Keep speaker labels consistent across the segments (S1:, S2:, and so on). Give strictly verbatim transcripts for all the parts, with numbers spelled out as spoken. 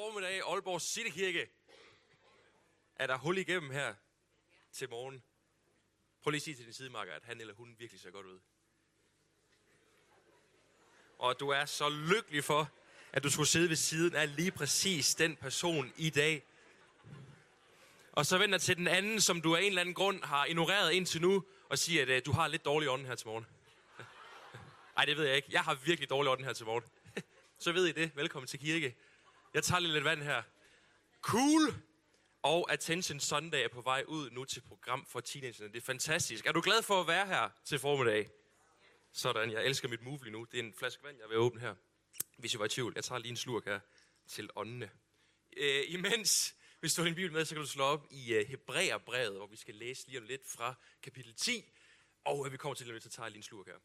S1: formiddag, Aalborg Citykirke. Er der hul igennem her til morgen? Prøv lige at sige til din sidemarker, at han eller hun virkelig ser godt ud. Og du er så lykkelig for, at du skulle sidde ved siden af lige præcis den person i dag. Og så vender til den anden, som du af en eller anden grund har ignoreret indtil nu, og siger, at uh, du har lidt dårlig ånden her til morgen. Nej, det ved jeg ikke. Jeg har virkelig dårlig ånden her til morgen. Så ved I det. Velkommen til kirke. Jeg tager lige lidt vand her. Cool! Og Attention Sunday er på vej ud nu til program for teenagerne. Det er fantastisk. Er du glad for at være her til formiddag? Sådan, jeg elsker mit move lige nu. Det er en flaske vand, jeg vil åbne her. Hvis jeg var i tvivl. Jeg tager lige en slurk her til åndene. Øh, imens, hvis du har en bibel med, så kan du slå op i uh, Hebræerbrevet, hvor vi skal læse lige om lidt fra kapitel ti. Og uh, vi kommer til lidt, så tager jeg lige en slurk her.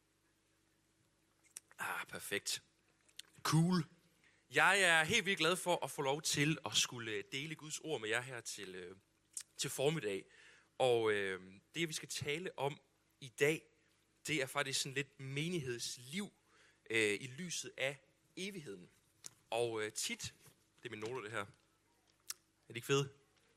S1: Ah, perfekt. Cool. Jeg er helt vildt glad for at få lov til at skulle dele Guds ord med jer her til, øh, til formiddag. Og øh, det, vi skal tale om i dag, det er faktisk sådan lidt menighedsliv øh, i lyset af evigheden. Og øh, tit, det er mine noter det her. Er det ikke fedt?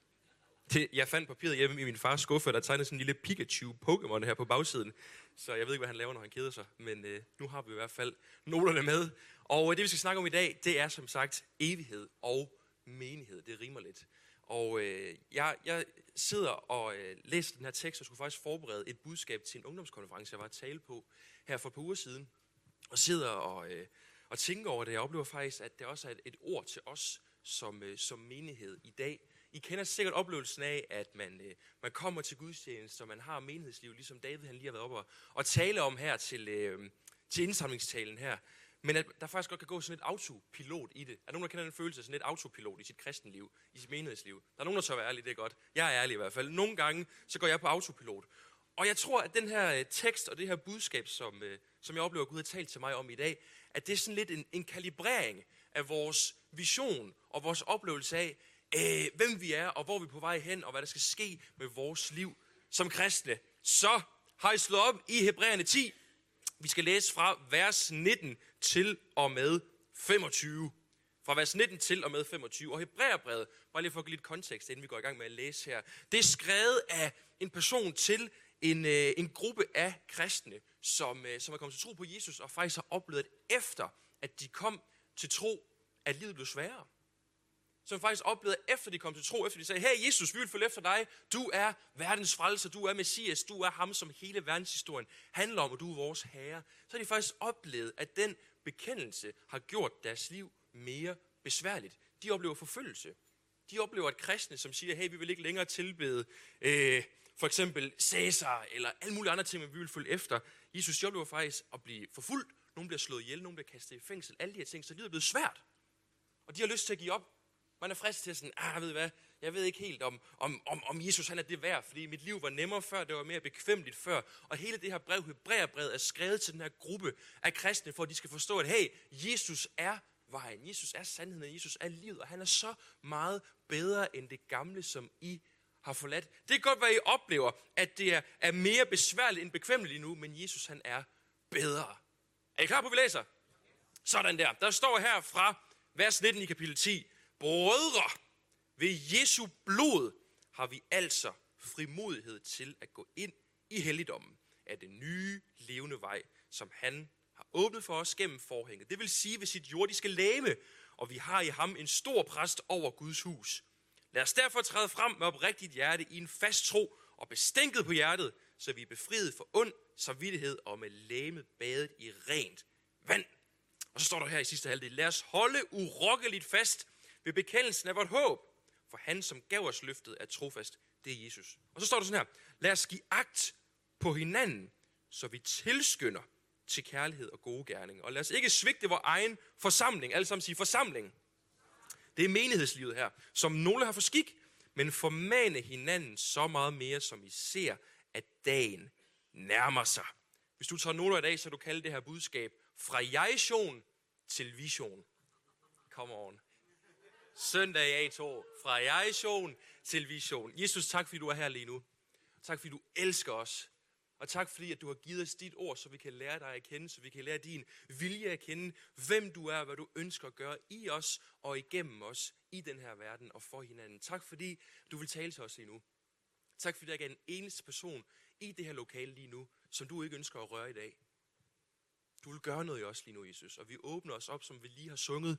S1: Det, jeg fandt papiret hjemme i min fars skuffe, og der tegnede sådan en lille Pikachu-Pokémon her på bagsiden. Så jeg ved ikke, hvad han laver, når han keder sig. Men øh, nu har vi i hvert fald noterne med. Og øh, det, vi skal snakke om i dag, det er som sagt evighed og menighed. Det rimer lidt. Og øh, jeg, jeg sidder og øh, læser den her tekst, og skulle faktisk forberede et budskab til en ungdomskonference, jeg var at tale på her for et par uger siden. Og sidder og, øh, og tænker over det. Jeg oplever faktisk, at det også er et, et ord til os som, øh, som menighed i dag. I kender sikkert oplevelsen af, at man, øh, man kommer til gudstjeneste, og man har menighedsliv, ligesom David han lige har været oppe og, og tale om her til, øh, til indsamlingstalen her. Men at der faktisk godt kan gå sådan et autopilot i det. Er der nogen, der kender den følelse af sådan et autopilot i sit kristenliv, i sit menighedsliv? Der er nogen, der tør være ærlig, det er godt. Jeg er ærlig i hvert fald. Nogle gange, så går jeg på autopilot. Og jeg tror, at den her øh, tekst og det her budskab, som, øh, som jeg oplever, Gud har talt til mig om i dag, at det er sådan lidt en, en kalibrering af vores vision og vores oplevelse af, Øh, hvem vi er, og hvor vi er på vej hen, og hvad der skal ske med vores liv som kristne. Så har I slået op i Hebræerne ti. Vi skal læse fra vers nitten til og med femogtyve. Fra vers nitten til og med femogtyve. Og Hebræerbrevet, bare lige for at give lidt kontekst, inden vi går i gang med at læse her. Det er skrevet af en person til en, øh, en gruppe af kristne, som, øh, som er kommet til tro på Jesus, og faktisk har oplevet, at efter at de kom til tro, at livet blev sværere. Som faktisk oplevede, efter de kom til tro, efter de sagde, hey Jesus, vi vil følge efter dig, du er verdens frelser, du er Messias, du er ham, som hele verdenshistorien handler om, og du er vores herre. Så har de faktisk oplevet, at den bekendelse har gjort deres liv mere besværligt. De oplever forfølgelse. De oplever et kristne, som siger, hey, vi vil ikke længere tilbede øh, for eksempel Cæsar, eller alle mulige andre ting, men vi vil følge efter. Jesus, de oplever faktisk at blive forfulgt, nogen bliver slået ihjel, nogen bliver kastet i fængsel, alle de her ting, så livet er blevet svært. Og de har lyst til at give op. Man er frisk til sådan, ah, ved hvad, jeg ved ikke helt om, om, om, om Jesus han er det værd, fordi mit liv var nemmere før, det var mere bekvemmeligt før. Og hele det her brev, Hebræerbrevet, er skrevet til den her gruppe af kristne, for at de skal forstå, at hey, Jesus er vejen, Jesus er sandheden, Jesus er livet, og han er så meget bedre end det gamle, som I har forladt. Det kan godt være, I oplever, at det er, er mere besværligt end bekvemmeligt lige nu, men Jesus han er bedre. Er I klar på, at vi læser? Sådan der. Der står her fra vers nitten i kapitel ti. Brødre, ved Jesu blod har vi altså frimodighed til at gå ind i helligdommen af den nye levende vej, som han har åbnet for os gennem forhænget. Det vil sige ved sit jordiske legeme, og vi har i ham en stor præst over Guds hus. Lad os derfor træde frem med oprigtigt hjerte i en fast tro og bestænket på hjertet, så vi er befriet for ond samvittighed og med legemet badet i rent vand. Og så står der her i sidste halvdel, lad os holde urokkeligt fast ved bekendelsen af vort håb, for han, som gav os løftet, er trofast, det er Jesus. Og så står der sådan her, lad os give agt på hinanden, så vi tilskynder til kærlighed og gode gerninger. Og lad os ikke svigte vores egen forsamling, alle sammen sige forsamling. Det er menighedslivet her, som nogle har for skik, men formane hinanden så meget mere, som I ser, at dagen nærmer sig. Hvis du tager noter i dag, så du kalder det her budskab fra jeg-tion til vision. Come on. Søndag A to, fra jeg-tion til vision. Jesus, tak fordi du er her lige nu. Tak fordi du elsker os. Og tak fordi, at du har givet os dit ord, så vi kan lære dig at kende, så vi kan lære din vilje at kende, hvem du er, hvad du ønsker at gøre i os og igennem os i den her verden og for hinanden. Tak fordi, du vil tale til os lige nu. Tak fordi, der ikke er en eneste person i det her lokale lige nu, som du ikke ønsker at røre i dag. Du vil gøre noget i os lige nu, Jesus, og vi åbner os op, som vi lige har sunget,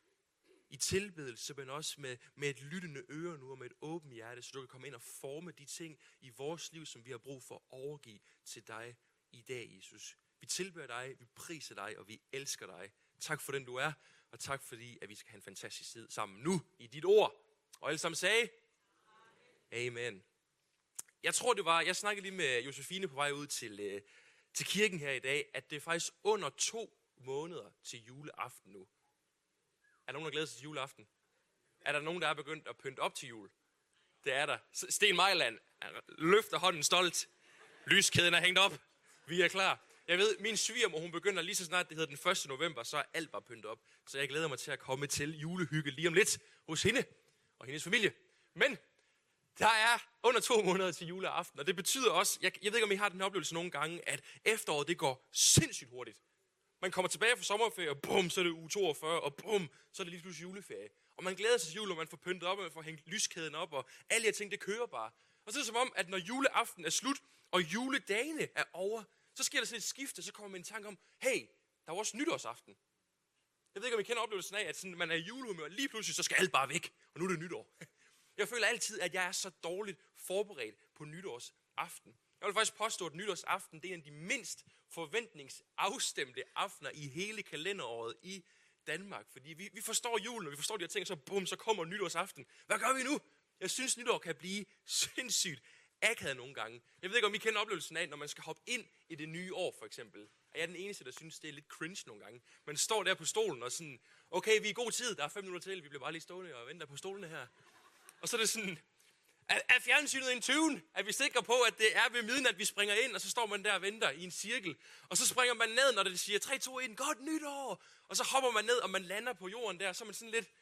S1: i tilbedelse, men også med, med et lyttende øre nu og med et åbent hjerte, så du kan komme ind og forme de ting i vores liv, som vi har brug for at overgive til dig i dag, Jesus. Vi tilbeder dig, vi priser dig, og vi elsker dig. Tak for den, du er, og tak fordi, at vi skal have en fantastisk tid sammen nu i dit ord. Og alle sammen sagde, Amen. Jeg tror, det var, jeg snakkede lige med Josefine på vej ud til, øh, til kirken her i dag, at det er faktisk under to måneder til juleaften nu. Er der nogen, der glæder sig til juleaften? Er der nogen, der er begyndt at pynte op til jul? Det er der. Sten Mejland løfter hånden stolt. Lyskæden er hængt op. Vi er klar. Jeg ved, min svigermor, hun begynder lige så snart, det hedder den første november, så er alt bare pyntet op. Så jeg glæder mig til at komme til julehygge lige om lidt hos hende og hendes familie. Men der er under to måneder til juleaften, og det betyder også, jeg, jeg ved ikke, om I har den her oplevelse nogle gange, at efteråret, det går sindssygt hurtigt. Man kommer tilbage fra sommerferie, og bum, så er det uge toogfyrre, og bum, så er det lige pludselig juleferie. Og man glæder sig til jul, og man får pyntet op, og man får hængt lyskæden op, og alle de her ting, det kører bare. Og så er det som om, at når juleaften er slut, og juledagene er over, så sker der sådan et skifte, så kommer man i en tanke om, hey, der er også nytårsaften. Jeg ved ikke, om I kender oplevelsen af, at sådan, man er i julehumør, og lige pludselig, så skal alt bare væk, og nu er det nytår. Jeg føler altid, at jeg er så dårligt forberedt på nytårsaften. Jeg vil faktisk påstå, at nytårsaften det er en af de mindst forventningsafstemte aftener i hele kalenderåret i Danmark. Fordi vi, vi forstår julen, og vi forstår de her ting, så bum, så kommer nytårsaften. Hvad gør vi nu? Jeg synes, nytår kan blive sindssygt akavet nogle gange. Jeg ved ikke, om I kender oplevelsen af, når man skal hoppe ind i det nye år, for eksempel. Er jeg den eneste, der synes, det er lidt cringe nogle gange. Man står der på stolen og sådan, okay, vi er i god tid, der er fem minutter til, vi bliver bare lige stående og venter på stolene her. Og så er det sådan, er, er fjernsynet en tune? Er vi sikre på, at det er ved midnat, vi springer ind, og så står man der og venter i en cirkel. Og så springer man ned, når det siger tre, to, et, godt nytår. Og så hopper man ned, og man lander på jorden der, så er man sådan lidt,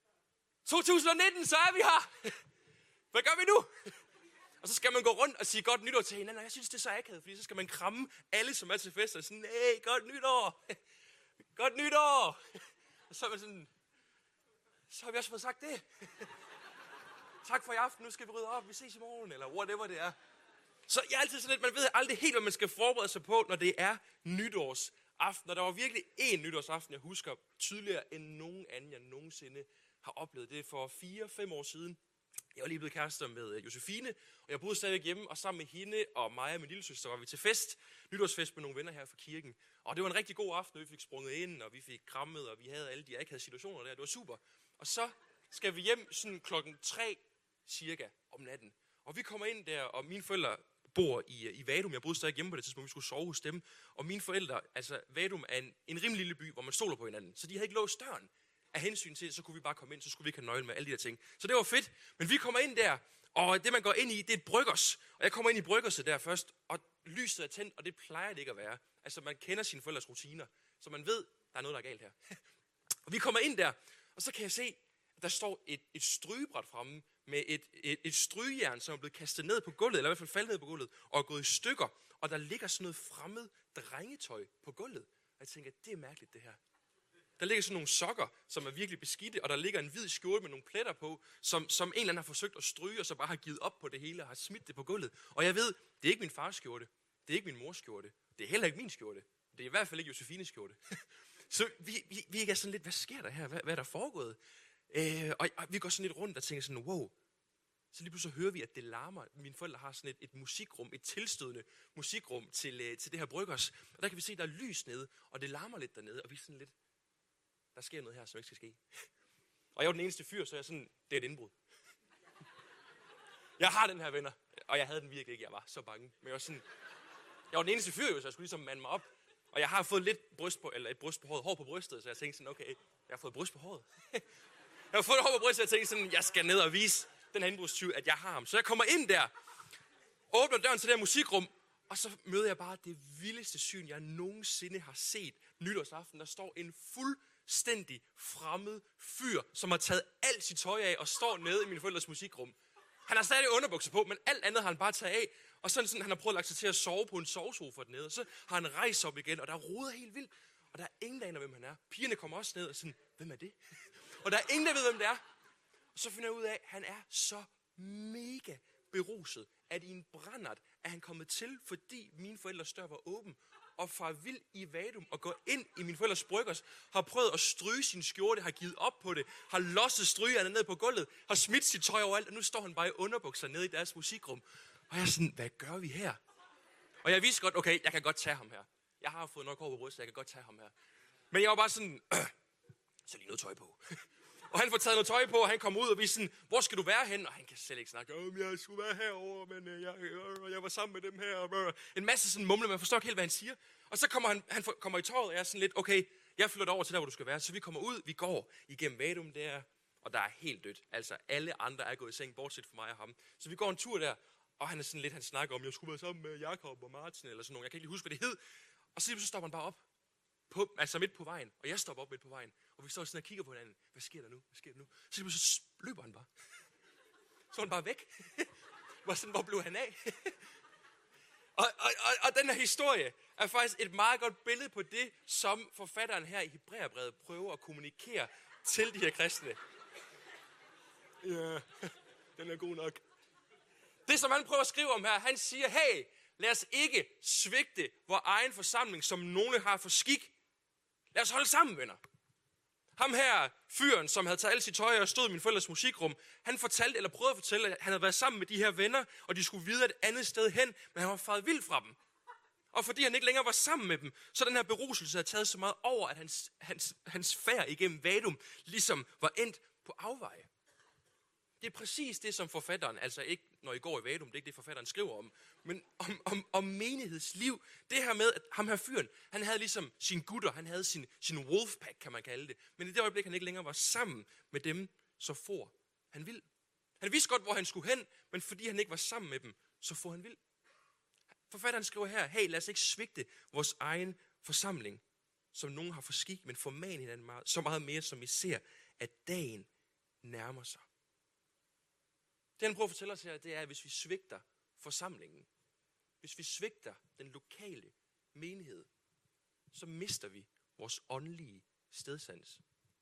S1: to tusind nitten, så er vi her. Hvad gør vi nu? Og så skal man gå rundt og sige godt nytår til hinanden, og jeg synes, det er så akavet, fordi så skal man kramme alle, som er til fest, og sådan, hey, godt nytår. Godt nytår. Og så er man sådan, så har vi også fået sagt det. Tak for i aften, nu skal vi rydde op, vi ses i morgen, eller whatever det er. Så jeg er altid sådan lidt, man ved aldrig helt, hvad man skal forberede sig på, når det er nytårsaften. Og der var virkelig én nytårsaften, jeg husker tydeligere end nogen anden, jeg nogensinde har oplevet. Det er for fire, fem år siden. Jeg var lige blevet kærester med Josefine, og jeg boede stadigvæk hjemme, og sammen med hende og mig og min lillesøster var vi til fest, nytårsfest med nogle venner her fra kirken. Og det var en rigtig god aften, vi fik sprunget ind, og vi fik krammet, og vi havde alle de akavede situationer der, det var super. Og så skal vi hjem sådan klokken tre cirka om natten. Og vi kommer ind der, og mine forældre bor i, i Vadum. Jeg boede stadig hjemme på det tidspunkt, vi skulle sove hos dem. Og mine forældre, altså Vadum er en, en rimelig lille by, hvor man stoler på hinanden. Så de havde ikke låst døren. Af hensyn til, så kunne vi bare komme ind, så skulle vi ikke have nøgle med alle de her ting. Så det var fedt. Men vi kommer ind der, og det man går ind i, det er et bryggers. Og jeg kommer ind i bryggerset der først, og lyset er tændt, og det plejer det ikke at være. Altså man kender sine forældres rutiner, så man ved, der er noget, der er galt her. Og vi kommer ind der, og så kan jeg se, at der står et, et strygebræt fremme, med et, et, et strygejern, som er blevet kastet ned på gulvet, eller i hvert fald faldet ned på gulvet, og er gået i stykker. Og der ligger sådan noget fremmed drengetøj på gulvet. Og jeg tænker, det er mærkeligt det her. Der ligger sådan nogle sokker, som er virkelig beskidte, og der ligger en hvid skjorte med nogle pletter på, som, som en eller anden har forsøgt at stryge, og så bare har givet op på det hele, og har smidt det på gulvet. Og jeg ved, det er ikke min fars skjorte, det er ikke min mors skjorte, det er heller ikke min skjorte, det er i hvert fald ikke Josefines skjorte. Så vi, vi, vi er sådan lidt, hvad sker der her, hvad, hvad er der foregået? Øh, og, og vi går sådan lidt rundt og tænker sådan, wow. Så lige pludselig hører vi, at det larmer. Mine forældre har sådan et, et musikrum, et tilstødende musikrum til, øh, til det her bryggers. Og der kan vi se, at der er lys nede, og det larmer lidt dernede, og vi er sådan lidt, der sker noget her, som ikke skal ske. Og jeg var den eneste fyr, så jeg sådan, det er et indbrud. Jeg har den her, venner, og jeg havde den virkelig ikke, jeg var så bange. Men jeg var sådan, jeg var den eneste fyr, så jeg skulle ligesom mande mig op. Og jeg har fået lidt bryst på, eller et bryst på håret, hår på brystet, så jeg tænkte sådan, okay, jeg har fået bryst på håret. Jeg har fået hår på brystet, så jeg tænkte sådan, jeg skal ned og vise den her indbrudstyv, at jeg har ham. Så jeg kommer ind der, åbner døren til det her musikrum, og så møder jeg bare det vildeste syn, jeg nogensinde har set nytårsaften. Der står en fuldstændig fremmed fyr, som har taget alt sit tøj af og står nede i mine forældres musikrum. Han har stadig underbukser på, men alt andet har han bare taget af. Og sådan, sådan han har prøvet at lagt sig til at sove på en sovesofa dernede, og så har han rejst op igen, og der er rodet helt vildt. Og der er ingen, der aner, hvem han er. Pigerne kommer også ned og sådan, hvem er det? Og der er ingen, der ved, hvem det er. Og så finder jeg ud af, at han er så mega beruset, at i en brændert er han kommet til, fordi mine forældres dør var åben, og far vild i vadum og går ind i mine forældres bryggers, har prøvet at stryge sin skjorte, har givet op på det, har losset strygerne ned på gulvet, har smidt sit tøj overalt, og nu står han bare i underbukser nede i deres musikrum. Og jeg er sådan, hvad gør vi her? Og jeg vidste godt, okay, jeg kan godt tage ham her. Jeg har fået nok over på rystet, jeg kan godt tage ham her. Men jeg var bare sådan, øh, så lige noget tøj på. Og han får taget noget tøj på, og han kommer ud og vi er sådan, hvor skal du være hen? Og han kan slet ikke snakke, om jeg skulle være herovre, men øh, jeg, øh, jeg var sammen med dem her. Øh. En masse sådan mumle, man forstår ikke helt, hvad han siger. Og så kommer han, han for, kommer i tøjet, og jeg er sådan lidt, okay, jeg flytter over til der, hvor du skal være. Så vi kommer ud, vi går igennem Vadum der, og der er helt dødt. Altså, alle andre er gået i seng, bortset fra mig og ham. Så vi går en tur der, og han er sådan lidt, han snakker om, jeg skulle være sammen med Jakob og Martin, eller sådan noget. Jeg kan ikke lige huske, hvad det hed. Og så, så stopper han bare op. På, altså midt på vejen, og jeg stopper op midt på vejen, og vi står sådan og kigger på hinanden. Hvad sker der nu? Hvad sker der nu? Så, så løber han bare. Så er han bare væk. Hvor, sådan, hvor blev han af? og, og, og, og den her historie er faktisk et meget godt billede på det, som forfatteren her i Hebræerbrevet prøver at kommunikere til de her kristne. Ja, den er god nok. Det, som han prøver at skrive om her, han siger, hey, lad os ikke svigte vores egen forsamling, som nogle har for skik. Lad os holde sammen, venner. Ham her, fyren, som havde taget alt sit tøj og stod i min forældres musikrum, han fortalte, eller prøvede at fortælle, at han havde været sammen med de her venner, og de skulle videre et andet sted hen, men han var faret vild fra dem. Og fordi han ikke længere var sammen med dem, så den her beruselse havde taget så meget over, at hans, hans, hans færd igennem Vadum ligesom var endt på afveje. Det er præcis det, som forfatteren, altså ikke når I går i Vadum, det er ikke det, forfatteren skriver om, men om, om, om menighedsliv. Det her med, at ham her fyren, han havde ligesom sine gutter, han havde sin, sin wolfpack, kan man kalde det. Men i det øjeblik, han ikke længere var sammen med dem, så for han vild. Han vidste godt, hvor han skulle hen, men fordi han ikke var sammen med dem, så for han vild. Forfatteren skriver her, hey, lad os ikke svigte vores egen forsamling, som nogen har for skik, men forman hinanden meget, så meget mere, som vi ser, at dagen nærmer sig. Det han prøver at fortælle os her, det er, at hvis vi svigter forsamlingen, hvis vi svigter den lokale menighed, så mister vi vores åndelige stedsans.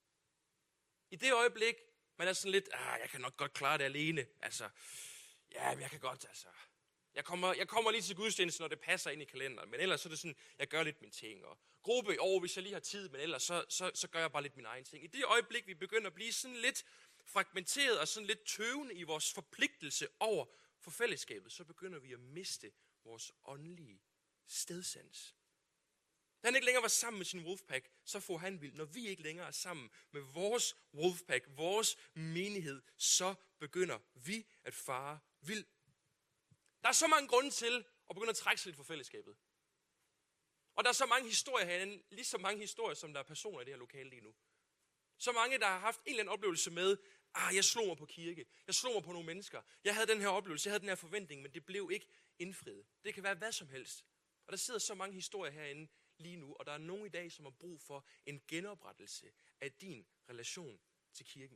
S1: I det øjeblik, man er sådan lidt, ah, jeg kan nok godt klare det alene. Altså, ja, men jeg kan godt, altså. Jeg kommer, jeg kommer lige til gudstjeneste, når det passer ind i kalenderen, men ellers så er det sådan, jeg gør lidt mine ting. Og gruppe, over, hvis jeg lige har tid, men ellers så, så, så gør jeg bare lidt mine egne ting. I det øjeblik, vi begynder at blive sådan lidt fragmenteret og sådan lidt tøvende i vores forpligtelse over for fællesskabet, så begynder vi at miste vores åndelige stedsans. Da han ikke længere var sammen med sin wolfpack, så får han vild. Når vi ikke længere er sammen med vores wolfpack, vores menighed, så begynder vi at fare vild. Der er så mange grunde til at begynde at trække sig lidt fra fællesskabet. Og der er så mange historier herinde, lige så mange historier, som der er personer i det her lokale lige nu. Så mange, der har haft en eller anden oplevelse med, ah, jeg slog mig på kirke, jeg slog mig på nogle mennesker, jeg havde den her oplevelse, jeg havde den her forventning, men det blev ikke indfriet. Det kan være hvad som helst. Og der sidder så mange historier herinde lige nu, og der er nogen i dag, som har brug for en genoprettelse af din relation til kirken.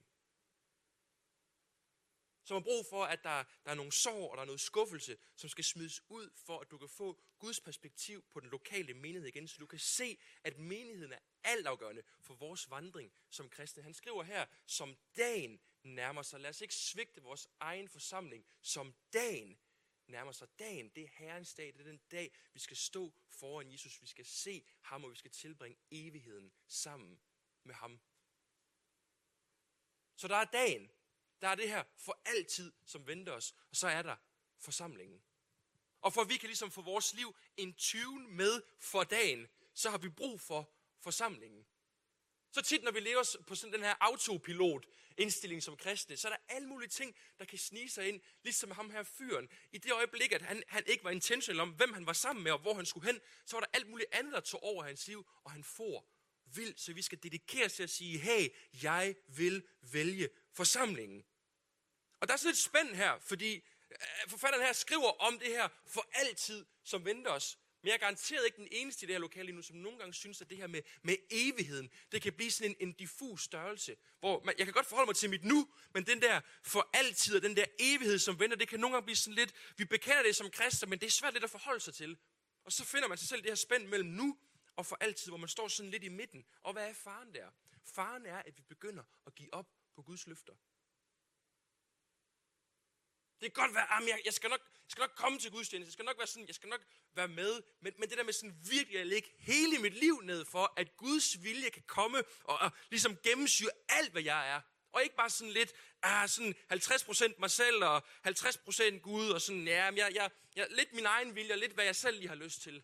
S1: Som har brug for, at der, der er nogle sorg, og der er noget skuffelse, som skal smides ud, for at du kan få Guds perspektiv på den lokale menighed igen, så du kan se, at menigheden er altafgørende for vores vandring som kristne. Han skriver her, som dagen nærmer sig. Lad os ikke svigte vores egen forsamling, som dagen nærmer sig. Dagen, det er Herrens dag, det er den dag, vi skal stå foran Jesus, vi skal se ham, og vi skal tilbringe evigheden sammen med ham. Så der er dagen. Der er det her for altid, som venter os, og så er der forsamlingen. Og for at vi kan ligesom få vores liv en tune med for dagen, så har vi brug for forsamlingen. Så tit, når vi lever på sådan den her autopilot-indstilling som kristne, så er der alle mulige ting, der kan snige sig ind, ligesom ham her fyren. I det øjeblik, at han, han ikke var intentionel om, hvem han var sammen med, og hvor han skulle hen, så var der alt muligt andet, der tog over hans liv, og han får vildt, så vi skal dedikere os til at sige, hey, jeg vil vælge forsamlingen. Og der er sådan lidt spænd her, fordi forfatteren her skriver om det her for altid, som venter os. Men jeg er garanteret ikke den eneste i det her lokale lige nu, som nogle gange synes, at det her med, med evigheden, det kan blive sådan en, en diffus størrelse. Hvor man, jeg kan godt forholde mig til mit nu, men den der for altid og den der evighed, som venter, det kan nogle gange blive sådan lidt, vi bekender det som kristne, men det er svært lidt at forholde sig til. Og så finder man sig selv i det her spænd mellem nu og for altid, hvor man står sådan lidt i midten. Og hvad er faren der? Faren er, at vi begynder at give op på Guds løfter. Det kan godt være, at jeg, jeg, skal nok, jeg skal nok komme til gudstjeneste, jeg skal nok være sådan, jeg skal nok være med, men, men det der med sådan virkelig at lægge hele mit liv ned for, at Guds vilje kan komme og, og ligesom gennemsyre alt, hvad jeg er. Og ikke bare sådan lidt, ah, sådan halvtreds procent mig selv og halvtreds procent Gud, og sådan, ja, jeg, jeg, jeg, lidt min egen vilje, og lidt hvad jeg selv lige har lyst til.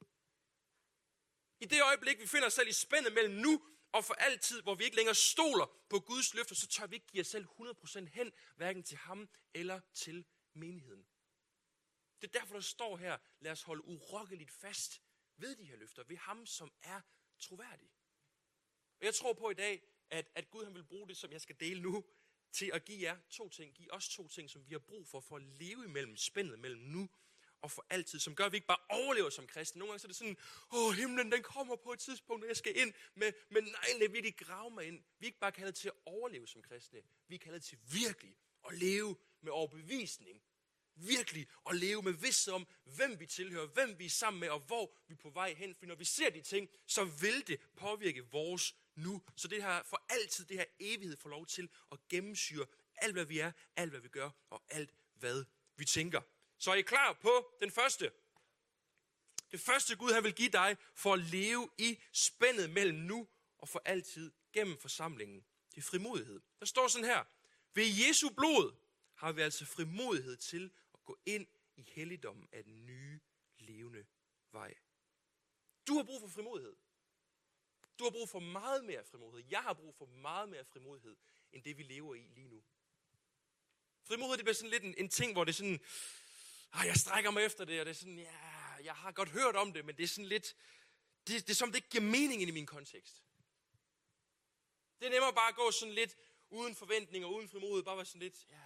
S1: I det øjeblik, vi finder os selv i spændet mellem nu og for altid, hvor vi ikke længere stoler på Guds løfter, så tør vi ikke give os selv hundrede procent hen, hverken til ham eller til menigheden. Det er derfor, der står her, lad os holde urokkeligt fast ved de her løfter, ved ham, som er troværdig. Og jeg tror på i dag, at, at Gud han vil bruge det, som jeg skal dele nu, til at give jer to ting, give os to ting, som vi har brug for, for at leve imellem spændet mellem nu og for altid, som gør, at vi ikke bare overlever som kristne. Nogle gange så er det sådan, åh, himlen den kommer på et tidspunkt, når jeg skal ind med, med neglene, virkelig grave mig ind. Vi er ikke bare kaldet til at overleve som kristne, vi er kaldet til virkelig at leve med overbevisning. Virkelig at leve med vidsthed om, hvem vi tilhører, hvem vi er sammen med, og hvor vi er på vej hen. For når vi ser de ting, så vil det påvirke vores nu. Så det her for altid, det her evighed får lov til at gennemsyre alt, hvad vi er, alt, hvad vi gør, og alt, hvad vi tænker. Så er I klar på den første? Det første Gud han vil give dig for at leve i spændet mellem nu og for altid gennem forsamlingen. Det er frimodighed. Der står sådan her. Ved Jesu blod har vi altså frimodighed til at gå ind i helligdommen af den nye, levende vej. Du har brug for frimodighed. Du har brug for meget mere frimodighed. Jeg har brug for meget mere frimodighed, end det vi lever i lige nu. Frimodighed det bliver sådan lidt en, en ting, hvor det er sådan, ah, jeg strækker mig efter det, og det er sådan, ja, jeg har godt hørt om det, men det er sådan lidt, det, det er som det ikke giver mening ind i min kontekst. Det er nemmere bare at gå sådan lidt uden forventning og uden frimodighed, bare være sådan lidt, ja,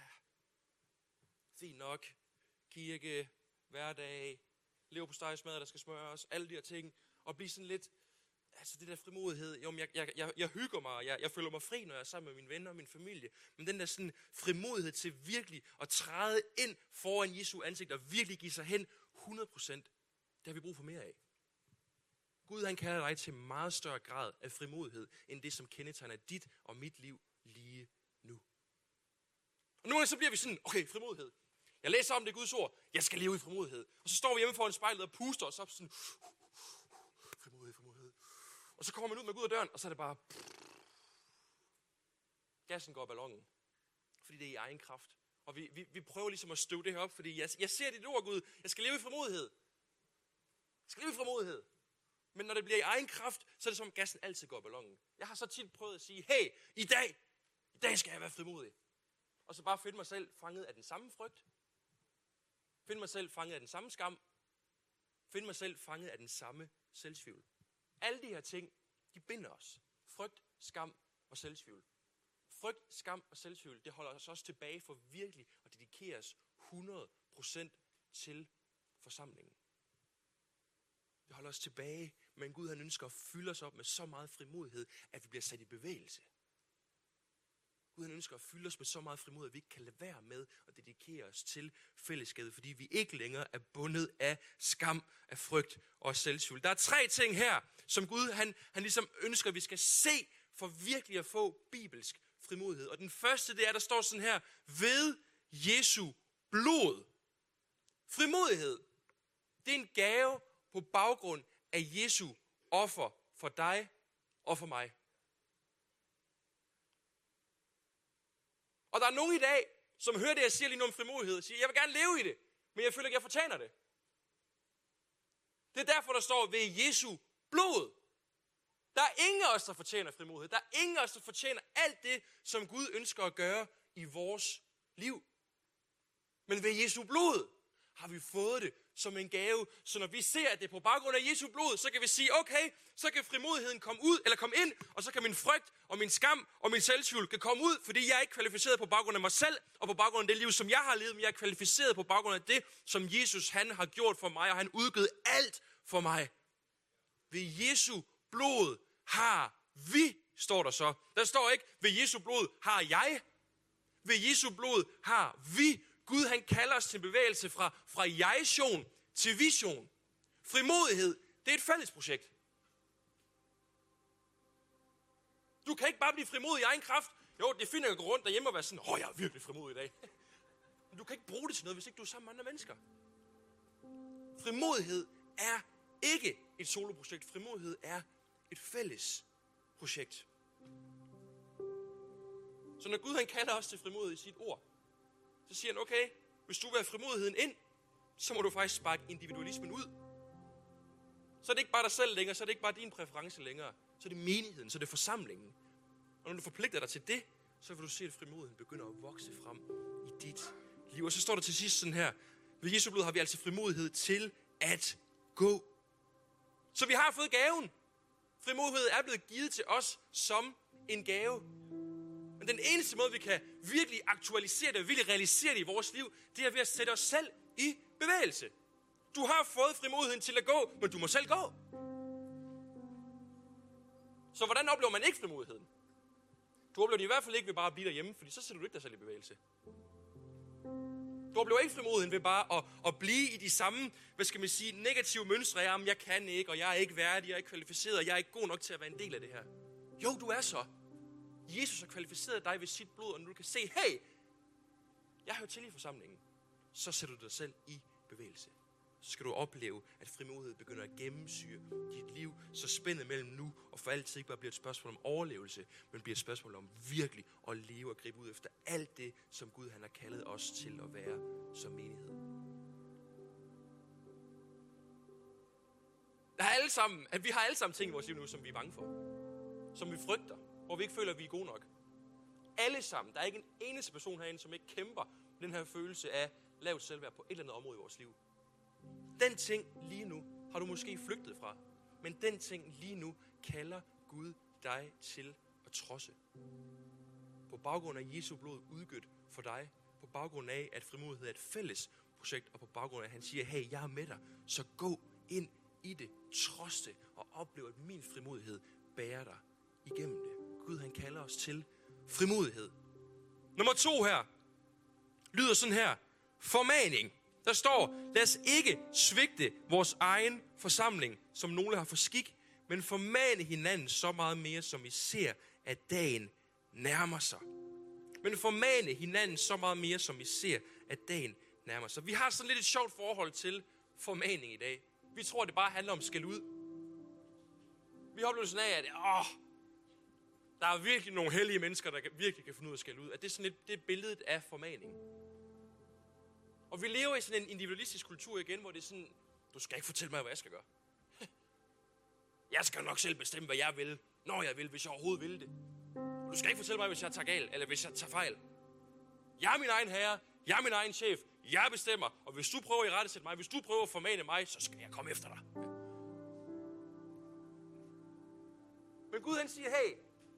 S1: fint nok, kirke, hverdag, lever på stegesmadder, der skal smøres, alle de her ting, og blive sådan lidt, altså det der frimodighed, jo, jeg, jeg, jeg, jeg hygger mig, jeg, jeg føler mig fri, når jeg er sammen med mine venner og min familie, men den der sådan frimodighed til virkelig at træde ind foran Jesu ansigt og virkelig give sig hen hundrede procent, det har vi brug for mere af. Gud han kalder dig til meget større grad af frimodighed, end det som kendetegner dit og mit liv lige nu. Og nu så bliver vi sådan, okay, frimodighed. Jeg læser om det i Guds ord, jeg skal leve i frimodighed. Og så står vi hjemme foran spejlet og puster os op sådan, frimodighed, frimodighed. Og så kommer man ud med Gud af døren, og så er det bare, gassen går af ballonen. Fordi det er i egen kraft. Og vi, vi, vi prøver ligesom at støve det her op, fordi jeg, jeg ser dit ord, Gud, jeg skal leve i frimodighed. Jeg skal leve i frimodighed. Men når det bliver i egen kraft, så er det som om gassen altid går af ballonen. Jeg har så tit prøvet at sige, hey, i dag, i dag skal jeg være frimodig. Og så bare finde mig selv fanget af den samme frygt. Finde mig selv fanget af den samme skam. Finde mig selv fanget af den samme selvtvivl. Alle de her ting, de binder os. Frygt, skam og selvtvivl. Frygt, skam og selvtvivl, det holder os også tilbage for virkelig at dedikere os hundrede procent til forsamlingen. Det holder os tilbage, men Gud han ønsker at fylde os op med så meget frimodighed, at vi bliver sat i bevægelse. Gud han ønsker at fylde os med så meget frimodighed, at vi ikke kan lade være med at dedikere os til fællesskabet, fordi vi ikke længere er bundet af skam, af frygt og selvtvivl. Der er tre ting her, som Gud han, han ligesom ønsker, at vi skal se for virkelig at få bibelsk frimodighed. Og den første, det er, der står sådan her, ved Jesu blod. Frimodighed, det er en gave på baggrund af Jesu offer for dig og for mig. Og der er nogen i dag, som hører det, jeg siger lige nu om frimodighed, og siger, jeg vil gerne leve i det, men jeg føler ikke, jeg fortjener det. Det er derfor, der står ved Jesu blod. Der er ingen af os, der fortjener frimodighed. Der er ingen af os, der fortjener alt det, som Gud ønsker at gøre i vores liv. Men ved Jesu blod har vi fået det som en gave. Så når vi ser, at det er på baggrund af Jesu blod, så kan vi sige, okay, så kan frimodigheden komme ud, eller komme ind, og så kan min frygt og min skam og min selvtvivl kan komme ud, fordi jeg er ikke kvalificeret på baggrund af mig selv, og på baggrund af det liv, som jeg har levet, men jeg er kvalificeret på baggrund af det, som Jesus han har gjort for mig, og han udgivet alt for mig. Ved Jesu blod har vi, står der så. Der står ikke, ved Jesu blod har jeg. Ved Jesu blod har vi. Gud, han kalder os til bevægelse fra, fra jeg-tion til vision. Frimodighed, det er et fælles projekt. Du kan ikke bare blive frimodig i egen kraft. Jo, det finder at gå rundt derhjemme og være sådan, åh, jeg er virkelig frimodig i dag. Men du kan ikke bruge det til noget, hvis ikke du er sammen med andre mennesker. Frimodighed er ikke et soloprojekt. Frimodighed er et fælles projekt. Så når Gud han kalder os til frimodighed i sit ord, så siger han, okay, hvis du vil have frimodigheden ind, så må du faktisk sparke individualismen ud. Så er det ikke bare dig selv længere, så er det ikke bare din præference længere. Så er det menigheden, så er det forsamlingen. Og når du forpligter dig til det, så vil du se, at frimodigheden begynder at vokse frem i dit liv. Og så står der til sidst sådan her, ved Jesu blod har vi altså frimodighed til at gå. Så vi har fået gaven. Frimodighed er blevet givet til os som en gave. Men den eneste måde, vi kan virkelig aktualisere det, virkelig realisere det i vores liv, det er ved at sætte os selv i bevægelse. Du har fået frimodigheden til at gå, men du må selv gå. Så hvordan oplever man ikke frimodigheden? Du oplever det i hvert fald ikke ved bare at blive derhjemme, fordi så sætter du ikke dig selv i bevægelse. Du oplever ikke frimodigheden ved bare at, at blive i de samme, hvad skal man sige, negative mønstre. Jamen, jeg kan ikke, og jeg er ikke værdig, jeg er ikke kvalificeret, og jeg er ikke god nok til at være en del af det her. Jo, du er så. Jesus har kvalificeret dig ved sit blod, og når du kan se, hey, jeg hører til i forsamlingen, så sætter du dig selv i bevægelse. Så skal du opleve, at frimodighed begynder at gennemsyre dit liv, så spændet mellem nu og for altid ikke bare bliver et spørgsmål om overlevelse, men bliver et spørgsmål om virkelig at leve og gribe ud efter alt det, som Gud han har kaldet os til at være som menighed. Der er alle sammen, at vi har alle sammen ting i vores liv nu, som vi er bange for. Som vi frygter, hvor vi ikke føler, at vi er gode nok. Alle sammen. Der er ikke en eneste person herinde, som ikke kæmper den her følelse af lavt selvværd på et eller andet område i vores liv. Den ting lige nu har du måske flygtet fra. Men den ting lige nu kalder Gud dig til at trodse. På baggrund af Jesu blod udgødt for dig. På baggrund af, at frimodighed er et fælles projekt. Og på baggrund af, at han siger, hey, jeg er med dig. Så gå ind i det. Trods det. Og oplev, at min frimodighed bærer dig igennem det. Gud, han kalder os til frimodighed. Nummer to her lyder sådan her. Formaning. Der står, lad os ikke svigte vores egen forsamling, som nogle har for skik, men formane hinanden så meget mere, som I ser, at dagen nærmer sig. Men formane hinanden så meget mere, som I ser, at dagen nærmer sig. Vi har sådan lidt et sjovt forhold til formaning i dag. Vi tror, at det bare handler om skæld ud. Vi har oplevelsen af, at åh, der er virkelig nogle hellige mennesker, der virkelig kan finde ud af at skælde ud. At det er sådan et, det er billedet af formaning. Og vi lever i sådan en individualistisk kultur igen, hvor det er sådan, du skal ikke fortælle mig, hvad jeg skal gøre. Jeg skal nok selv bestemme, hvad jeg vil, når jeg vil, hvis jeg overhovedet vil det. Du skal ikke fortælle mig, hvis jeg tager galt, eller hvis jeg tager fejl. Jeg er min egen herre, jeg er min egen chef, jeg bestemmer, og hvis du prøver at irettesætte mig, hvis du prøver at formane mig, så skal jeg komme efter dig. Men Gud han siger, hey,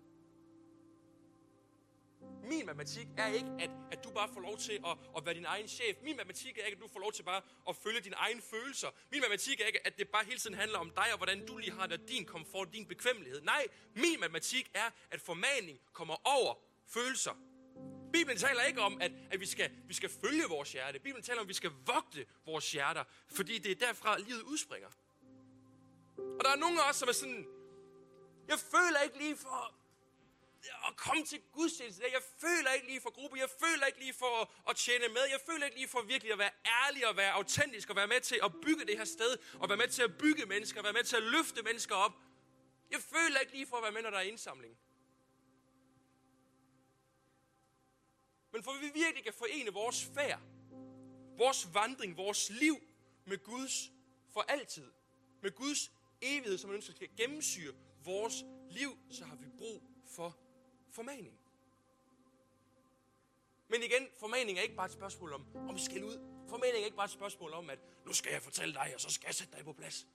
S1: min matematik er ikke, at, at du bare får lov til at, at være din egen chef. Min matematik er ikke, at du får lov til bare at følge dine egne følelser. Min matematik er ikke, at det bare hele tiden handler om dig, og hvordan du lige har det, din komfort, din bekvemmelighed. Nej, min matematik er, at formaning kommer over følelser. Bibelen taler ikke om, at, at vi, skal, vi skal følge vores hjerte. Bibelen taler om, at vi skal vogte vores hjerter, fordi det er derfra, livet udspringer. Og der er nogle af os, som er sådan, jeg føler ikke lige for at komme til gudstjeneste. Jeg føler ikke lige for gruppe. Jeg føler ikke lige for at, at tjene med. Jeg føler ikke lige for virkelig at være ærlig og være autentisk og være med til at bygge det her sted og være med til at bygge mennesker, være med til at løfte mennesker op. Jeg føler ikke lige for at være med, når der er indsamling. Men for vi virkelig kan forene vores færd, vores vandring, vores liv med Guds for altid, med Guds evighed, som man ønsker skal gennemsyre vores liv, så har vi brug for formaning. Men igen, formaning er ikke bare et spørgsmål om, om skæld ud. Formaning er ikke bare et spørgsmål om, at nu skal jeg fortælle dig, og så skal jeg sætte dig på plads.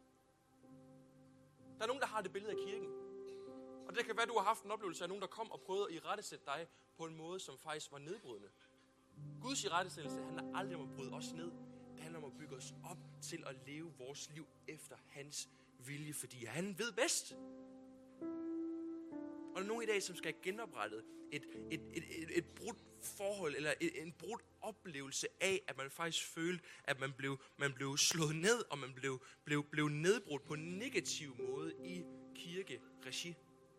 S1: Der er nogen, der har det billede af kirken. Og det kan være, at du har haft en oplevelse af nogen, der kom og prøvede at irettesætte dig på en måde, som faktisk var nedbrydende. Guds irettesættelse, han har aldrig må bryde os ned. Det handler om at bygge os op til at leve vores liv efter hans vilje, fordi han ved bedst. Og der er nogen i dag, som skal have genoprettet et, et, et, et, et brudt forhold, eller et, en brudt oplevelse af, at man faktisk følte, at man blev, man blev slået ned, og man blev, blev, blev nedbrudt på en negativ måde i kirkeregi.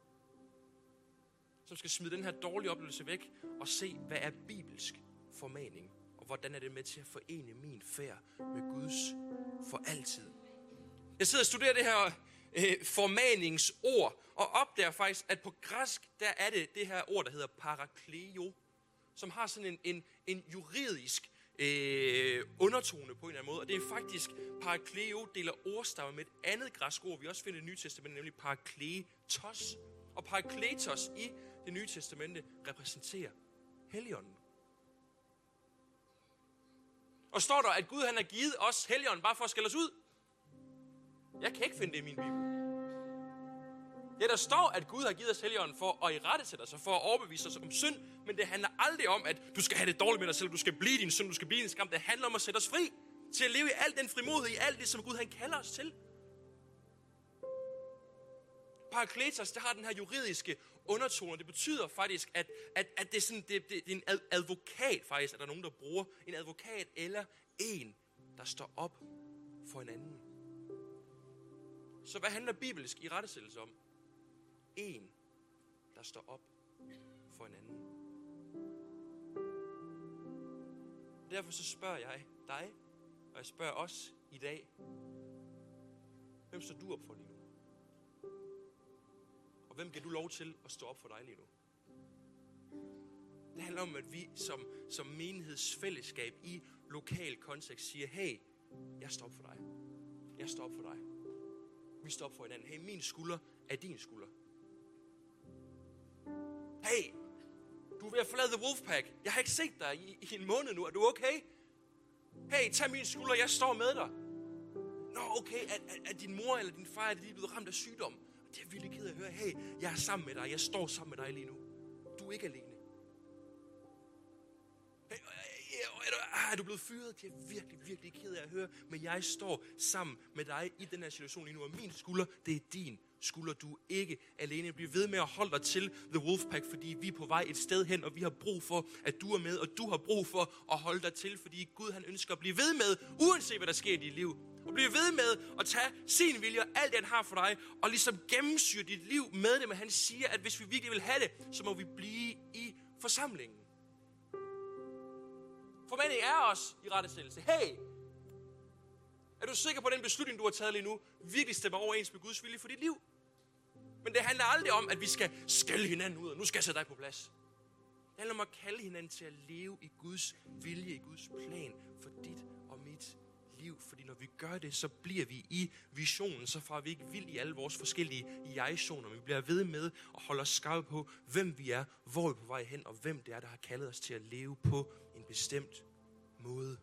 S1: Som skal smide den her dårlige oplevelse væk, og se, hvad er bibelsk formaning, og hvordan er det med til at forene min færd med Guds for altid. Jeg sidder og studerer det her øh, formaningsord, og opdager faktisk, at på græsk, der er det det her ord, der hedder parakleo, som har sådan en, en, en juridisk øh, undertone på en eller anden måde. Og det er faktisk, parakleo deler ordstamme med et andet græsk ord, vi også finder i det nye testamente, nemlig parakletos. Og parakletos i det nye testamente repræsenterer Helligånden. Og står der, at Gud han har givet os Helligånden bare for at skælde os ud? Jeg kan ikke finde det i min bibel. Ja, der står, at Gud har givet os Helligånden for at irettesætte os og for at overbevise os om synd, men det handler aldrig om, at du skal have det dårligt med dig selv, du skal blive din synd, du skal blive din skam. Det handler om at sætte os fri til at leve i al den frimodighed, i alt det, som Gud han kalder os til. Parakletos, det har den her juridiske undertone. Det betyder faktisk, at, at, at det, er sådan, det, det, det er en advokat faktisk, at der er nogen, der bruger en advokat eller en, der står op for en anden. Så hvad handler bibelsk irettesættelse om? En, der står op for en anden. Derfor så spørger jeg dig, og jeg spørger os i dag, hvem står du op for lige nu? Og hvem giver du lov til at stå op for dig lige nu? Det handler om, at vi som, som menighedsfællesskab i lokal kontekst siger, hey, jeg står op for dig. Jeg står op for dig. Vi står op for hinanden. Hey, min skulder er din skulder. Hey, du er ved at forlade The Wolfpack. Jeg har ikke set dig i, i en måned nu. Er du okay? Hey, tag min skulder. Jeg står med dig. Nå, okay. Er, er, er din mor eller din far er lige blevet ramt af sygdom? Det er virkelig ked af at høre. Hey, jeg er sammen med dig. Jeg står sammen med dig lige nu. Du er ikke alene. Hey, er du, er du blevet fyret? Det er virkelig, virkelig ked af at høre. Men jeg står sammen med dig i den her situation lige nu. Og min skulder, det er din skulder. Du er ikke alene. Bliv ved med at holde dig til The Wolfpack, fordi vi er på vej et sted hen, og vi har brug for, at du er med, og du har brug for at holde dig til, fordi Gud han ønsker at blive ved med, uanset hvad der sker i dit liv. Og blive ved med at tage sin vilje og alt det, han har for dig, og ligesom gennemsyre dit liv med det. Men han siger, at hvis vi virkelig vil have det, så må vi blive i forsamlingen. Formaningen er også i rettesættelse. Hey, er du sikker på, at den beslutning, du har taget lige nu, virkelig stemmer overens med Guds vilje for dit liv? Men det handler aldrig om, at vi skal skælde hinanden ud, og nu skal jeg sætte dig på plads. Det handler om at kalde hinanden til at leve i Guds vilje, i Guds plan for dit og mit liv. Fordi når vi gør det, så bliver vi i visionen, så får vi ikke vildt i alle vores forskellige jeg-zoner. Vi bliver ved med at holde os skarpe på, hvem vi er, hvor vi er på vej hen, og hvem det er, der har kaldet os til at leve på en bestemt måde.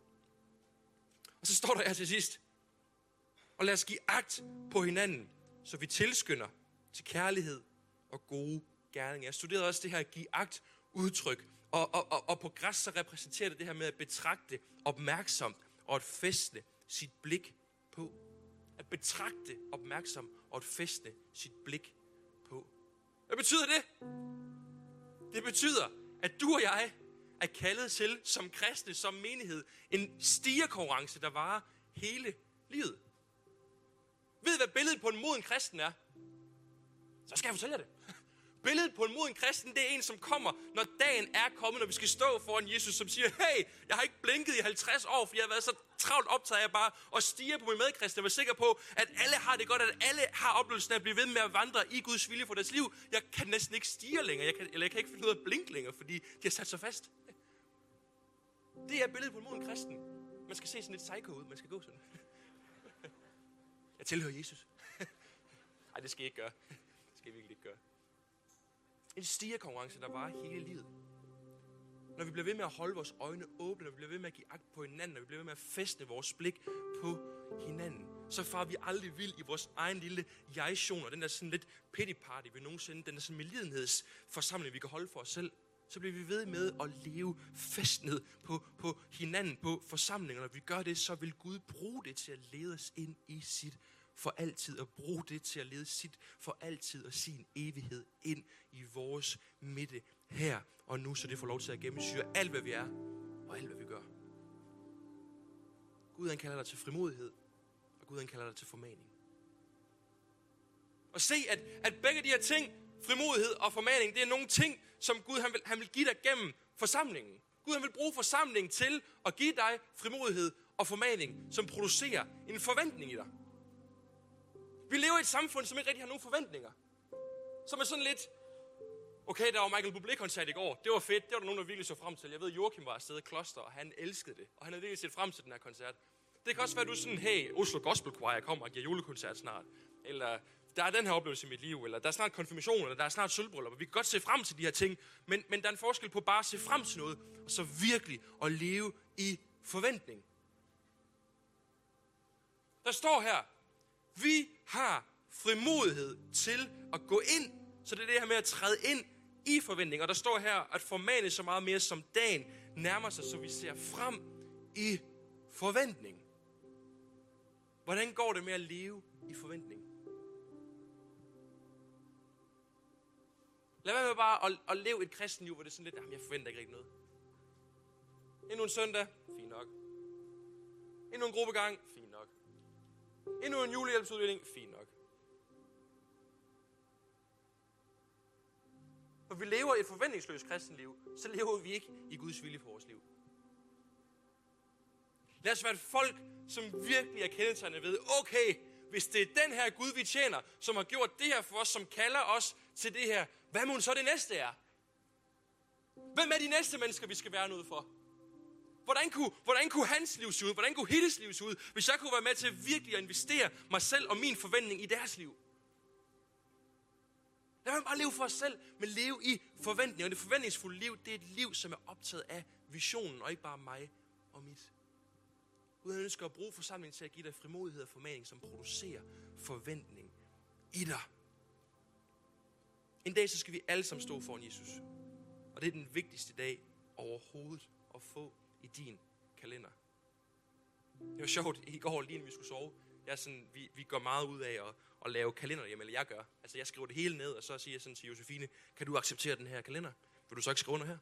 S1: Og så står der her til sidst, og lad os give agt på hinanden, så vi tilskynder til kærlighed og gode gerninger. Jeg studerede også det her give agt udtryk, og, og, og, og på græs så repræsenterer det det her med at betragte opmærksomt og at fæstne sit blik på. At betragte opmærksomt og at fæstne sit blik på. Hvad betyder det? Det betyder, at du og jeg er kaldet til som kristne, som menighed, en stigerkonkurrence, der varer hele livet. Ved I, hvad billedet på en moden kristen er? Så skal jeg fortælle jer det. Billedet på en moden kristen, det er en, som kommer, når dagen er kommet, når vi skal stå foran Jesus, som siger, hey, jeg har ikke blinket i halvtreds år, fordi jeg har været så travlt optaget af bare at stige på min medkristne. Jeg var sikker på, at alle har det godt, at alle har oplevelsen af at blive ved med at vandre i Guds vilje for deres liv. Jeg kan næsten ikke stige længere, jeg kan, eller jeg kan ikke finde ud af at blinke længere, fordi de har sat sig fast. Det er billedet på en moden kristen. Man skal se sådan lidt psycho ud, man skal gå sådan. Jeg tilhører Jesus. Nej, det skal I ikke gøre. Det skal I virkelig ikke gøre. En stigerkonkurrence, der varer hele livet. Når vi bliver ved med at holde vores øjne åbne, når vi bliver ved med at give agt på hinanden, når vi bliver ved med at fæstne vores blik på hinanden, så farer vi aldrig vild i vores egen lille jeg-zone, og den der sådan lidt pity party, vi nogensinde, den der sådan medlidenhedsforsamling, vi kan holde for os selv. så bliver vi ved med at leve fæstnet på, på hinanden, på forsamlingerne. Når vi gør det, så vil Gud bruge det til at lede os ind i sit for altid, og bruge det til at lede sit for altid og sin evighed ind i vores midte her og nu, så det får lov til at gennemsyre alt, hvad vi er og alt, hvad vi gør. Gud, han kalder dig til frimodighed, og Gud, han kalder dig til formaning. Og se, at, at begge de her ting, frimodighed og formaning, det er nogle ting, som Gud han vil, han vil give dig gennem forsamlingen. Gud han vil bruge forsamlingen til at give dig frimodighed og formaning, som producerer en forventning i dig. Vi lever i et samfund, som ikke rigtig har nogen forventninger. Som er sådan lidt, okay, der var Michael Bublé-koncert i går. Det var fedt, det var der nogen, der virkelig så frem til. Jeg ved, Joachim var afsted i kloster, og han elskede det. Og han havde virkelig set frem til den her koncert. Det kan også være, at du er sådan, hey, Oslo Gospel Choir kommer og giver julekoncert snart. Eller der er den her oplevelse i mit liv, eller der er snart konfirmation, eller der er snart sølvbryllup, og vi kan godt se frem til de her ting, men, men der er en forskel på bare at se frem til noget, og så virkelig at leve i forventning. Der står her, vi har frimodighed til at gå ind, så det er det her med at træde ind i forventning, og der står her, at formane så meget mere som dagen nærmer sig, så vi ser frem i forventning. Hvordan går det med at leve i forventning? Lad være med bare at, at leve et kristenliv, hvor det er sådan lidt, jamen jeg forventer ikke rigtig noget. Endnu en søndag, fint nok. Endnu en gruppegang, fint nok. Endnu en julehjælpsuddeling, fint nok. Når vi lever et forventningsløst kristenliv, så lever vi ikke i Guds vilje for vores liv. Lad os være et folk, som virkelig er kendetegnet ved, okay, hvis det er den her Gud, vi tjener, som har gjort det her for os, som kalder os til det her, hvad må så det næste er? Hvem er de næste mennesker, vi skal være noget for? Hvordan kunne, hvordan kunne hans liv se ud? Hvordan kunne Hildes liv se ud, hvis jeg kunne være med til virkelig at investere mig selv og min forventning i deres liv? Lad mig bare leve for os selv, men leve i forventning. Og det forventningsfulde liv, det er et liv, som er optaget af visionen, og ikke bare mig og mit. Gud ønsker at bruge forsamlingen til at give dig frimodighed og formaning, som producerer forventning i dig. En dag, så skal vi alle sammen stå foran Jesus. Og det er den vigtigste dag overhovedet at få i din kalender. Det var sjovt i går, lige inden vi skulle sove. Jeg er sådan, vi, vi går meget ud af at, at lave kalender hjemme, eller jeg gør. Altså jeg skriver det hele ned, og så siger jeg sådan til Josefine, kan du acceptere den her kalender? Vil du så ikke skrive under her?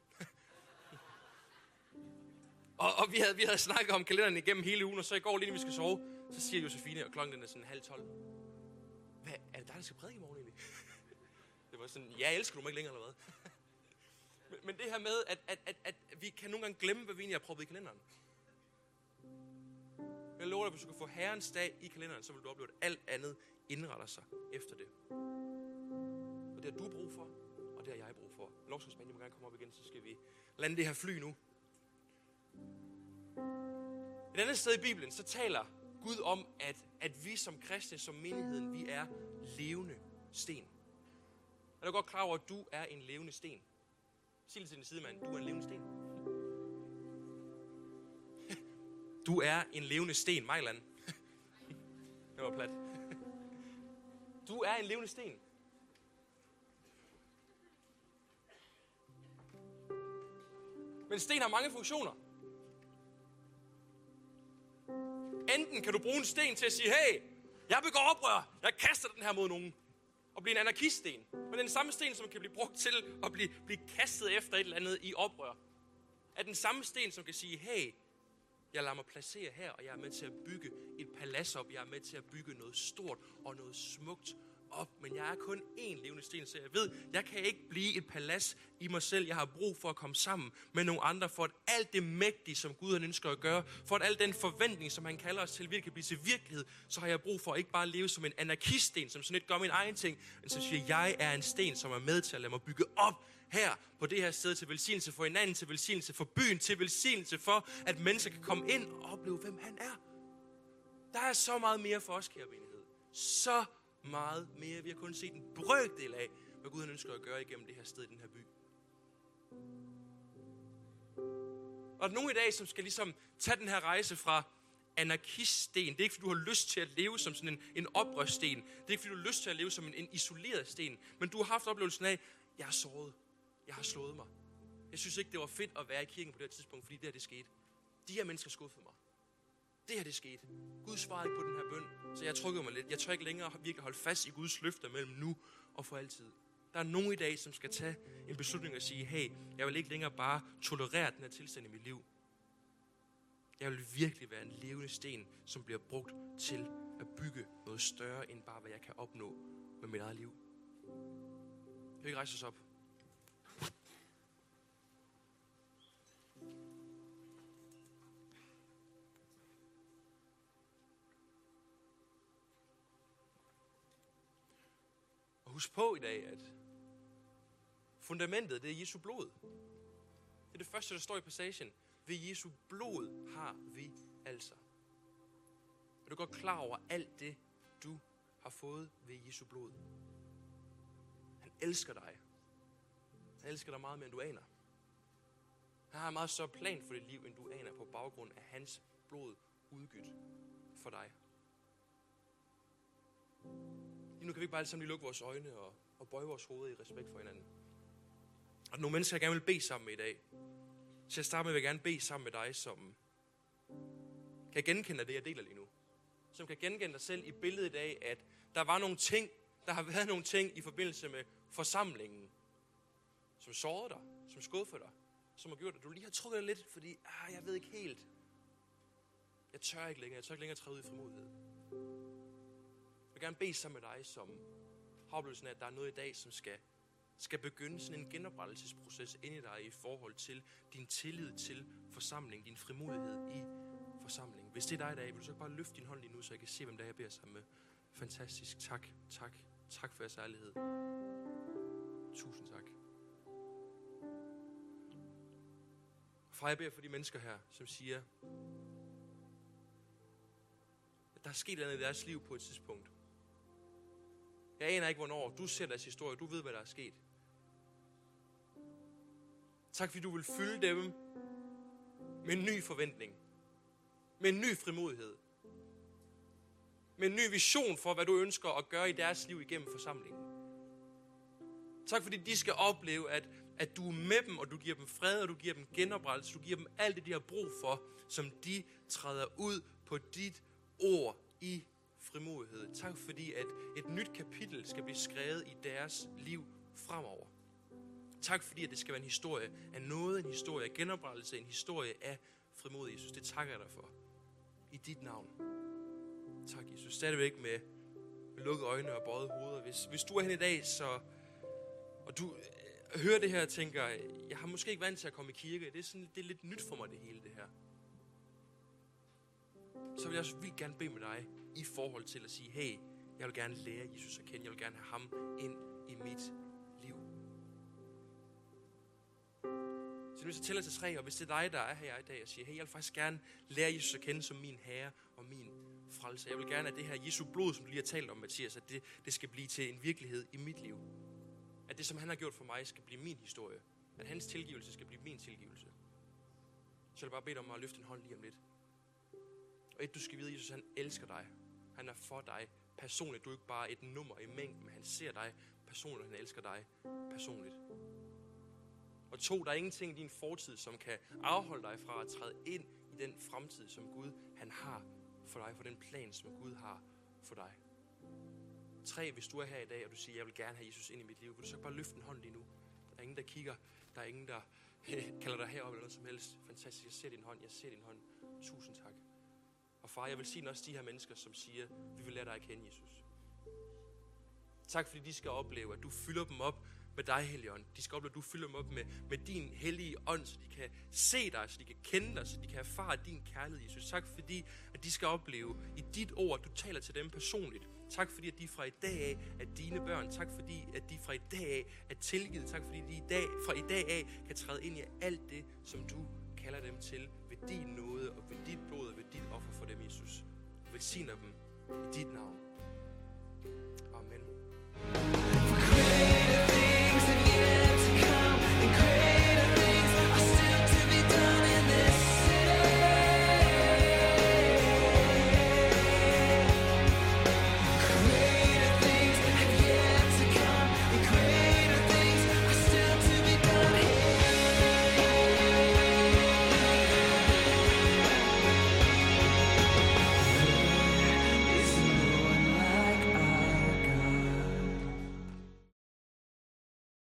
S1: og og vi, havde, vi havde snakket om kalenderen igennem hele ugen, og så i går, lige inden vi skal sove, så siger Josefine, og klokken den er sådan halv tolv. Hvad, er det dig, der skal prædike i morgen egentlig? Det var sådan, ja, elsker du mig ikke længere eller hvad? men, men det her med, at, at, at, at vi kan nogle gange glemme, hvad vi egentlig har proppet i kalenderen. Jeg lover dig, at hvis du kan få Herrens dag i kalenderen, så vil du opleve, at alt andet indretter sig efter det. Og det har du brug for, og det har jeg brug for. Lovsangsmanden må gerne komme op igen, så skal vi lande det her fly nu. Et andet sted i Bibelen, så taler Gud om, at, at vi som kristne, som menigheden, vi er levende sten. Er du godt klar over, at du er en levende sten? Sig det til din sidemand, du er en levende sten. Du er en levende sten, Mejland. Det var plat. Du er en levende sten. Men sten har mange funktioner. Enten kan du bruge en sten til at sige, hey, jeg begår oprør, jeg kaster den her mod nogen, og blive en anarkiststen. Men den samme sten, som kan blive brugt til at blive, blive kastet efter et eller andet i oprør, er den samme sten, som kan sige, hey, jeg lader mig placere her, og jeg er med til at bygge et palads op. Jeg er med til at bygge noget stort og noget smukt op. Men jeg er kun én levende sten, så jeg ved, jeg kan ikke blive et palads i mig selv. Jeg har brug for at komme sammen med nogle andre, for at alt det mægtige, som Gud han ønsker at gøre, for at al den forventning, som han kalder os til, virkelig kan blive til virkelighed, så har jeg brug for at ikke bare leve som en anarkiststen, som sådan lidt gør min egen ting, men som siger, jeg er en sten, som er med til at lade mig bygge op her på det her sted, til velsignelse for hinanden, til velsignelse for byen, til velsignelse for, at mennesker kan komme ind og opleve, hvem han er. Der er så meget mere for os, kære menighed. Så meget mere. Vi har kun set en brøkdel af, hvad Gud han ønsker at gøre igennem det her sted i den her by. Og der er nogen i dag, som skal ligesom tage den her rejse fra anarkiststen. Det er ikke, fordi du har lyst til at leve som sådan en, en oprørssten. Det er ikke, fordi du har lyst til at leve som en, en isoleret sten. Men du har haft oplevelsen af, jeg er såret. Jeg har slået mig. Jeg synes ikke, det var fedt at være i kirken på det her tidspunkt, fordi det her, det skete. De her mennesker skuffede mig. Det her, det skete. Gud svarede ikke på den her bøn, så jeg trykkede mig lidt. Jeg tør ikke længere virkelig holde fast i Guds løfter mellem nu og for altid. Der er nogen i dag, som skal tage en beslutning og sige, hey, jeg vil ikke længere bare tolerere den her tilstand i mit liv. Jeg vil virkelig være en levende sten, som bliver brugt til at bygge noget større, end bare hvad jeg kan opnå med mit eget liv. Kan vi ikke rejse os op? Og husk på i dag, at fundamentet, det er Jesu blod. Det er det første, der står i passagen. Ved Jesu blod har vi altså. Er du godt klar over alt det, du har fået ved Jesu blod? Han elsker dig. Han elsker dig meget mere, end du aner. Han har en meget større plan for dit liv, end du aner på baggrund af hans blod udgydt for dig. Lige nu kan vi ikke bare alle sammen lige lukke vores øjne og, og bøje vores hoveder i respekt for hinanden. Og nogle mennesker, jeg gerne vil bede sammen med i dag. Så jeg starter med, at jeg gerne bede sammen med dig, som kan genkende det, jeg deler lige nu. Som kan genkende dig selv i billedet i dag, at der var nogle ting, der har været nogle ting i forbindelse med forsamlingen, som sårede dig, som skuffede dig, som har gjort, at du lige har trukket dig lidt, fordi ah, jeg ved ikke helt. Jeg tør ikke længere, jeg tør ikke længere træde ud i frimodighed. Jeg vil gerne bede sammen med dig, som har oplevelsen af, at der er noget i dag, som skal, skal begynde sådan en genoprettelsesproces inde i dig i forhold til din tillid til forsamling, din frimodighed i forsamling. Hvis det er dig i dag, vil du så bare løfte din hånd lige nu, så jeg kan se, hvem der er, jeg beder sammen med. Fantastisk. Tak, tak, tak for jeres ærlighed. Tusind tak. Far, jeg beder for de mennesker her, som siger, at der er sket noget i deres liv på et tidspunkt. Jeg aner ikke, hvornår. Du ser deres historie. Du ved, hvad der er sket. Tak, fordi du vil fylde dem med en ny forventning. Med en ny frimodighed. Med en ny vision for, hvad du ønsker at gøre i deres liv igennem forsamlingen. Tak, fordi de skal opleve, at, at du er med dem, og du giver dem fred, og du giver dem genoprettelse. Du giver dem alt det, de har brug for, som de træder ud på dit ord i frimodighed. Tak, fordi at et nyt kapitel skal blive skrevet i deres liv fremover. Tak, fordi at det skal være en historie af noget, en historie af genoprettelse, en historie af frimodighed, Jesus. Det takker jeg dig for. I dit navn. Tak, Jesus. Stadigvæk med, med lukkede øjne og bøjet hoveder. Hvis, hvis du er hen i dag, så, og du øh, hører det her og tænker, jeg har måske ikke vant til at komme i kirke. Det er, sådan, det er lidt nyt for mig, det hele det her. Så vil jeg også vildt gerne bede med dig i forhold til at sige, hey, jeg vil gerne lære Jesus at kende. Jeg vil gerne have ham ind i mit liv. Så hvis jeg tæller til tre, og hvis det er dig, der er her i dag og siger, hey, jeg vil faktisk gerne lære Jesus at kende som min herre og min frelser. Jeg vil gerne, at det her Jesu blod, som du lige har talt om, Mathias, at det, det skal blive til en virkelighed i mit liv. At det, som han har gjort for mig, skal blive min historie. At hans tilgivelse skal blive min tilgivelse. Så jeg vil bare bede dig om at løfte en hånd lige om lidt. Og et, du skal vide, Jesus, han elsker dig. Han er for dig personligt. Du er ikke bare et nummer i mængden, men han ser dig personligt, han elsker dig personligt. Og to, der er ingenting i din fortid, som kan afholde dig fra at træde ind i den fremtid, som Gud han har for dig, for den plan, som Gud har for dig. Tre, hvis du er her i dag, og du siger, jeg vil gerne have Jesus ind i mit liv, vil du så bare løfte en hånd lige nu. Der er ingen, der kigger. Der er ingen, der kalder dig herop eller noget som helst. Fantastisk, jeg ser din hånd, jeg ser din hånd. Tusind tak. Og far, jeg vil sige også de her mennesker, som siger, vi vil lære dig at kende, Jesus. Tak, fordi de skal opleve, at du fylder dem op med dig, Helligånd. De skal opleve, at du fylder dem op med, med din hellige ånd, så de kan se dig, så de kan kende dig, så de kan erfare din kærlighed, Jesus. Tak, fordi at de skal opleve i dit ord, at du taler til dem personligt. Tak, fordi at de fra i dag af er dine børn. Tak, fordi at de fra i dag af er tilgivet. Tak, fordi de i dag, fra i dag af kan træde ind i alt det, som du kalder dem til ved din nåde og ved dit blod og ved dit offer for dem, Jesus. Velsigner dem i dit navn. Amen.